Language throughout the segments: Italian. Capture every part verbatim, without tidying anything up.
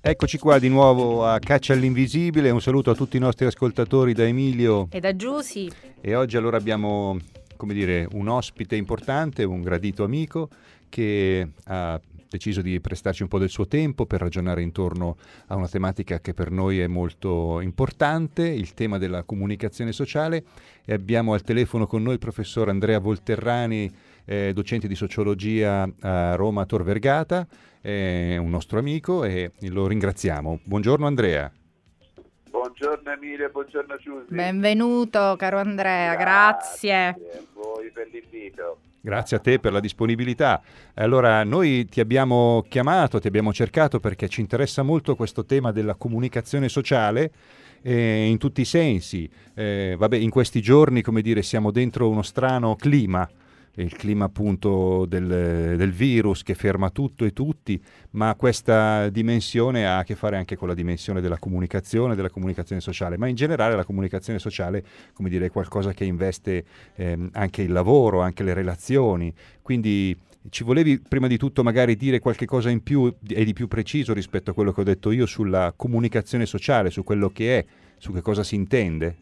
Eccoci qua di nuovo a Caccia all'Invisibile. Un saluto a tutti i nostri ascoltatori da Emilio e da Giusy. E oggi allora abbiamo, come dire, un ospite importante, un gradito amico che ha deciso di prestarci un po' del suo tempo per ragionare intorno a una tematica che per noi è molto importante, il tema della comunicazione sociale, e abbiamo al telefono con noi il professor Andrea Volterrani, eh, docente di sociologia a Roma Tor Vergata, è un nostro amico e lo ringraziamo. Buongiorno Andrea. Buongiorno Emilio, buongiorno Giusy. Benvenuto caro Andrea, grazie. Grazie a voi per l'invito. Grazie a te per la disponibilità. Allora, noi ti abbiamo chiamato, ti abbiamo cercato perché ci interessa molto questo tema della comunicazione sociale eh, in tutti i sensi. Eh, vabbè, in questi giorni, come dire, siamo dentro uno strano clima, il clima appunto del, del virus che ferma tutto e tutti, ma questa dimensione ha a che fare anche con la dimensione della comunicazione, della comunicazione sociale, ma in generale la comunicazione sociale, come dire, è qualcosa che investe ehm, anche il lavoro, anche le relazioni, quindi ci volevi prima di tutto magari dire qualche cosa in più e di più preciso rispetto a quello che ho detto io sulla comunicazione sociale, su quello che è, su che cosa si intende?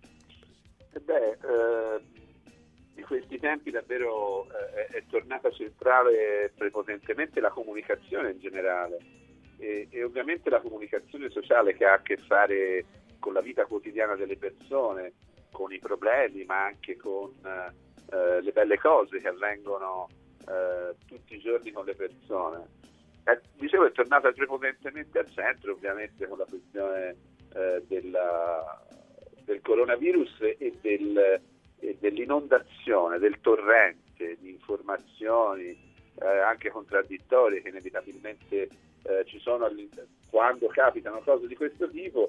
Eh beh, eh... in questi tempi davvero eh, è tornata centrale prepotentemente la comunicazione in generale e, e ovviamente la comunicazione sociale che ha a che fare con la vita quotidiana delle persone, con i problemi ma anche con eh, le belle cose che avvengono eh, tutti i giorni con le persone. Eh, dicevo, è tornata prepotentemente al centro ovviamente con la questione eh, della, del coronavirus e del dell'inondazione, del torrente di informazioni eh, anche contraddittorie che inevitabilmente eh, ci sono quando capitano cose di questo tipo,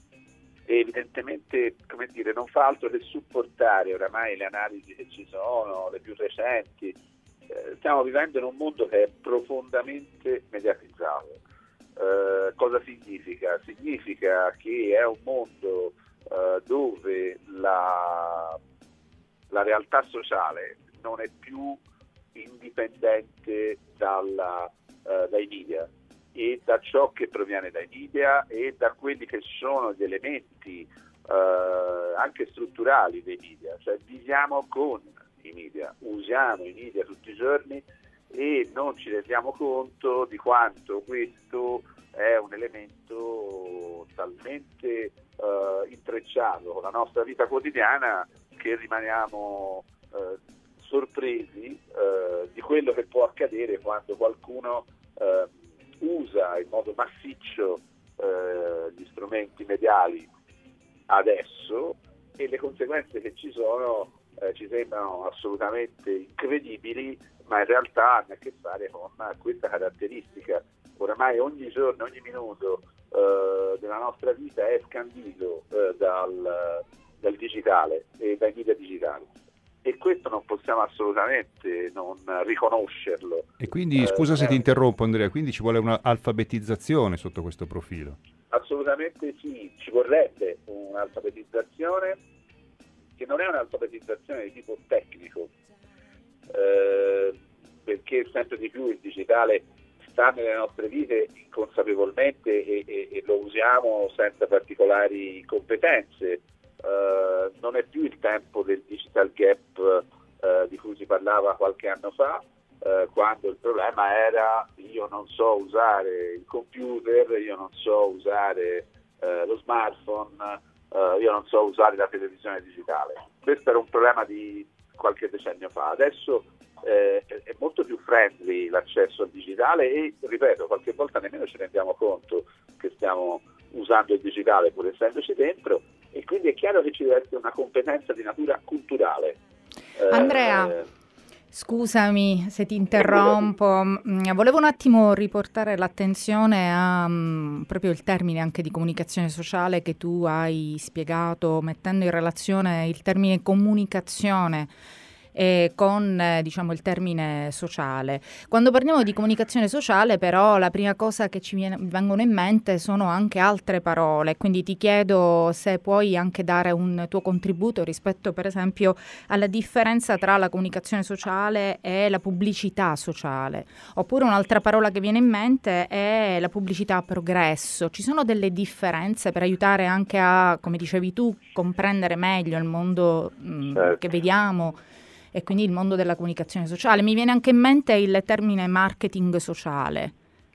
e evidentemente, come dire, non fa altro che supportare oramai le analisi che ci sono, le più recenti. Eh, stiamo vivendo in un mondo che è profondamente mediatizzato. Eh, cosa significa? Significa che è un mondo eh, dove la la realtà sociale non è più indipendente dalla, uh, dai media e da ciò che proviene dai media e da quelli che sono gli elementi uh, anche strutturali dei media, cioè viviamo con i media, usiamo i media tutti i giorni e non ci rendiamo conto di quanto questo è un elemento talmente uh, intrecciato con la nostra vita quotidiana che rimaniamo eh, sorpresi eh, di quello che può accadere quando qualcuno eh, usa in modo massiccio eh, gli strumenti mediali adesso, e le conseguenze che ci sono eh, ci sembrano assolutamente incredibili, ma in realtà hanno a che fare con questa caratteristica. Oramai ogni giorno, ogni minuto eh, della nostra vita è scandito eh, dal dal digitale e dai media digitali, e questo non possiamo assolutamente non riconoscerlo. E quindi, scusa eh, se ti interrompo Andrea, quindi ci vuole un'alfabetizzazione sotto questo profilo? Assolutamente sì, ci vorrebbe un'alfabetizzazione che non è un'alfabetizzazione di tipo tecnico, eh, perché sempre di più il digitale sta nelle nostre vite inconsapevolmente e, e, e lo usiamo senza particolari competenze. Uh, non è più il tempo del digital gap uh, di cui si parlava qualche anno fa, uh, quando il problema era io non so usare il computer, io non so usare uh, lo smartphone, uh, io non so usare la televisione digitale. Questo era un problema di qualche decennio fa. Adesso eh, è molto più friendly l'accesso al digitale e, ripeto, qualche volta nemmeno ci rendiamo conto che stiamo usando il digitale pur essendoci dentro. E quindi è chiaro che ci deve essere una competenza di natura culturale. Andrea, eh, scusami se ti interrompo, volevo un attimo riportare l'attenzione a um, proprio il termine anche di comunicazione sociale che tu hai spiegato, mettendo in relazione il termine comunicazione eh, con eh, diciamo il termine sociale. Quando parliamo di comunicazione sociale, però, la prima cosa che ci viene, vengono in mente sono anche altre parole, quindi ti chiedo se puoi anche dare un tuo contributo rispetto, per esempio, alla differenza tra la comunicazione sociale e la pubblicità sociale. Oppure un'altra parola che viene in mente è la pubblicità a progresso. Ci sono delle differenze per aiutare anche a, come dicevi tu, comprendere meglio il mondo mh, certo. che vediamo, e quindi il mondo della comunicazione sociale. Mi viene anche in mente il termine marketing sociale.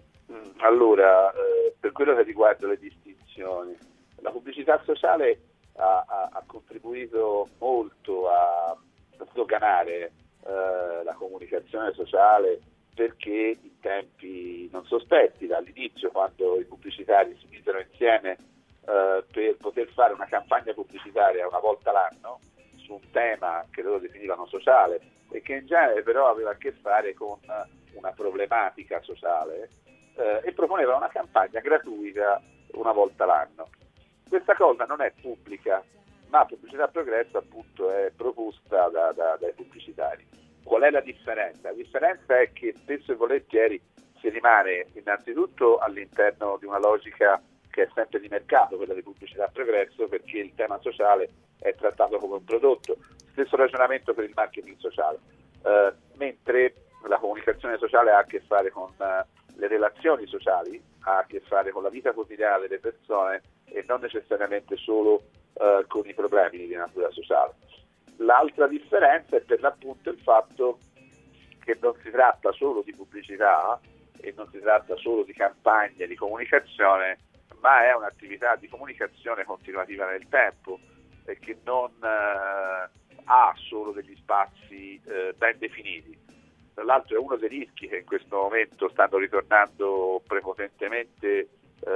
Allora, eh, per quello che riguarda le distinzioni, la pubblicità sociale ha, ha, ha contribuito molto a sdoganare eh, la comunicazione sociale, perché in tempi non sospetti, dall'inizio, quando i pubblicitari si misero insieme eh, per poter fare una campagna pubblicitaria una volta l'anno, su un tema che loro definivano sociale e che in genere però aveva a che fare con una problematica sociale, eh, e proponeva una campagna gratuita una volta l'anno. Questa cosa non è pubblica, ma pubblicità a progresso appunto è proposta da, da, dai pubblicitari. Qual è la differenza? La differenza è che spesso e volentieri si rimane innanzitutto all'interno di una logica che è sempre di mercato, quella di pubblicità a progresso, perché il tema sociale è trattato come un prodotto. Stesso ragionamento per il marketing sociale, eh, mentre la comunicazione sociale ha a che fare con uh, le relazioni sociali, ha a che fare con la vita quotidiana delle persone e non necessariamente solo uh, con i problemi di natura sociale. L'altra differenza è per l'appunto il fatto che non si tratta solo di pubblicità e non si tratta solo di campagne di comunicazione, ma è un'attività di comunicazione continuativa nel tempo e che non eh, ha solo degli spazi eh, ben definiti. Tra l'altro è uno dei rischi che in questo momento stanno ritornando prepotentemente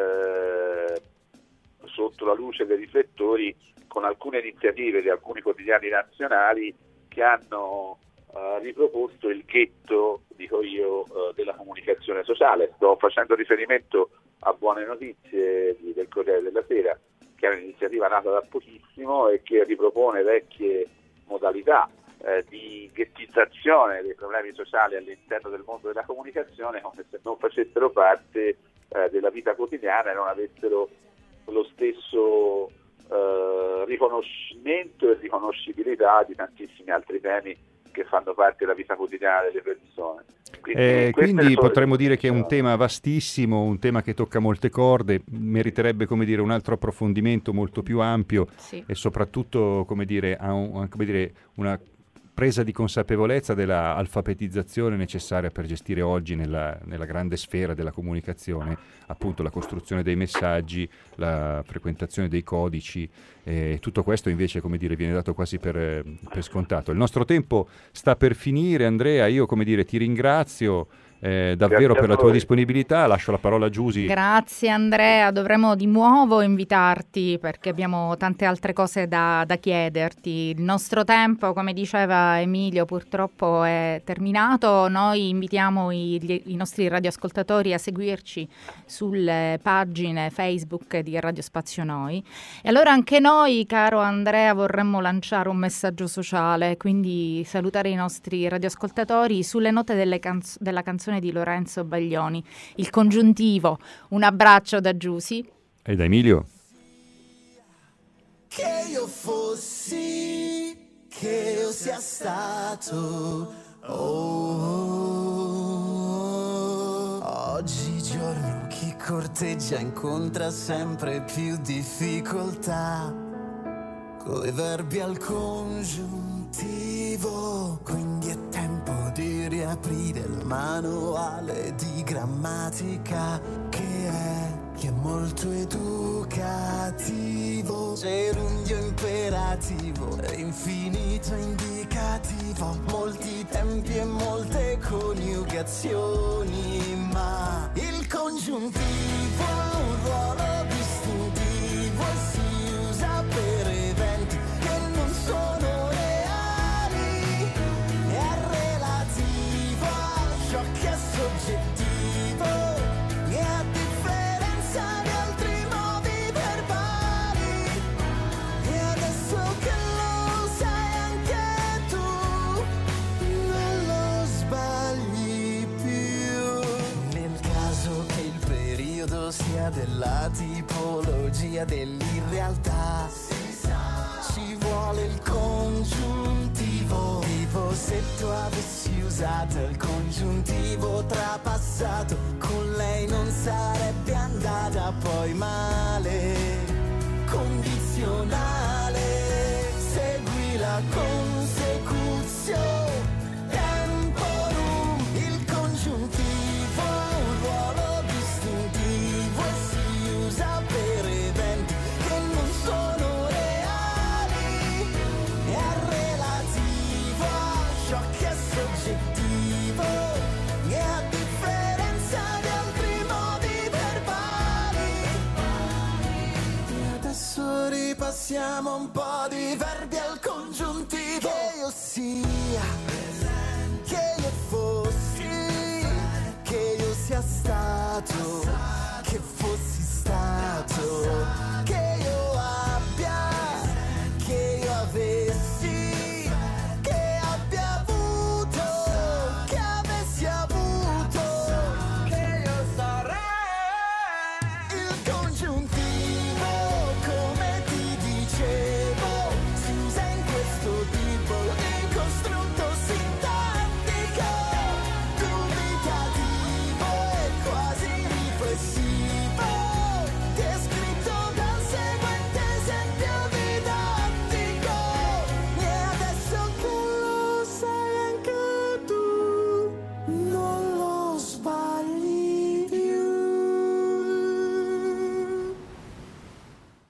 eh, sotto la luce dei riflettori, con alcune iniziative di alcuni quotidiani nazionali che hanno eh, riproposto il ghetto, dico io, eh, della comunicazione sociale. Sto facendo riferimento a Buone Notizie del Corriere della Sera, che è un'iniziativa nata da pochissimo e che ripropone vecchie modalità eh, di ghettizzazione dei problemi sociali all'interno del mondo della comunicazione, come se non facessero parte eh, della vita quotidiana e non avessero lo stesso eh, riconoscimento e riconoscibilità di tantissimi altri temi che fanno parte della vita quotidiana delle persone. Quindi, eh, quindi potremmo dire che è un no. tema vastissimo, un tema che tocca molte corde, meriterebbe, come dire, un altro approfondimento molto più ampio, sì. E soprattutto, come dire, ha un, come dire, una presa di consapevolezza della alfabetizzazione necessaria per gestire oggi nella, nella grande sfera della comunicazione, appunto la costruzione dei messaggi, la frequentazione dei codici, eh, tutto questo invece, come dire, viene dato quasi per, per scontato. Il nostro tempo sta per finire, Andrea, io, come dire, ti ringrazio Eh, davvero per la tua disponibilità, lascio la parola a Giusy. Grazie Andrea, dovremo di nuovo invitarti perché abbiamo tante altre cose da, da chiederti. Il nostro tempo, come diceva Emilio, purtroppo è terminato. Noi invitiamo i, i nostri radioascoltatori a seguirci sulle pagine Facebook di Radio Spazio Noi. E allora anche noi, caro Andrea, vorremmo lanciare un messaggio sociale, quindi salutare i nostri radioascoltatori sulle note delle canzo- della canzone di Lorenzo Baglioni, Il congiuntivo. Un abbraccio da Giusy e da Emilio. Che io fossi, che io sia stato, oh, oggigiorno chi corteggia incontra sempre più difficoltà coi verbi al congiuntivo, quindi è tempo di riaprire il manuale di grammatica che è, che è molto educativo. Gerundio imperativo e infinito indicativo, molti tempi e molte coniugazioni, ma il congiuntivo ha un ruolo distintivo e si usa per eventi che non sono reali, è relativo a ciò che è soggettivo e a differenza di altri modi verbali. E adesso che lo sai anche tu, della tipologia dell'irrealtà. Ci vuole il congiuntivo, tipo se tu avessi usato il congiuntivo trapassato, con lei non sarebbe andata poi male. Condizionale, segui la consecuzione. Temporum, il congiuntivo, un ruolo distintivo e si usa per eventi che non sono reali. È relativo a ciò che è soggettivo e a differenza di altri modi verbali. E adesso ripassiamo un po' di verbi al congiuntivo. Che io sia, che io fossi, che io sia stato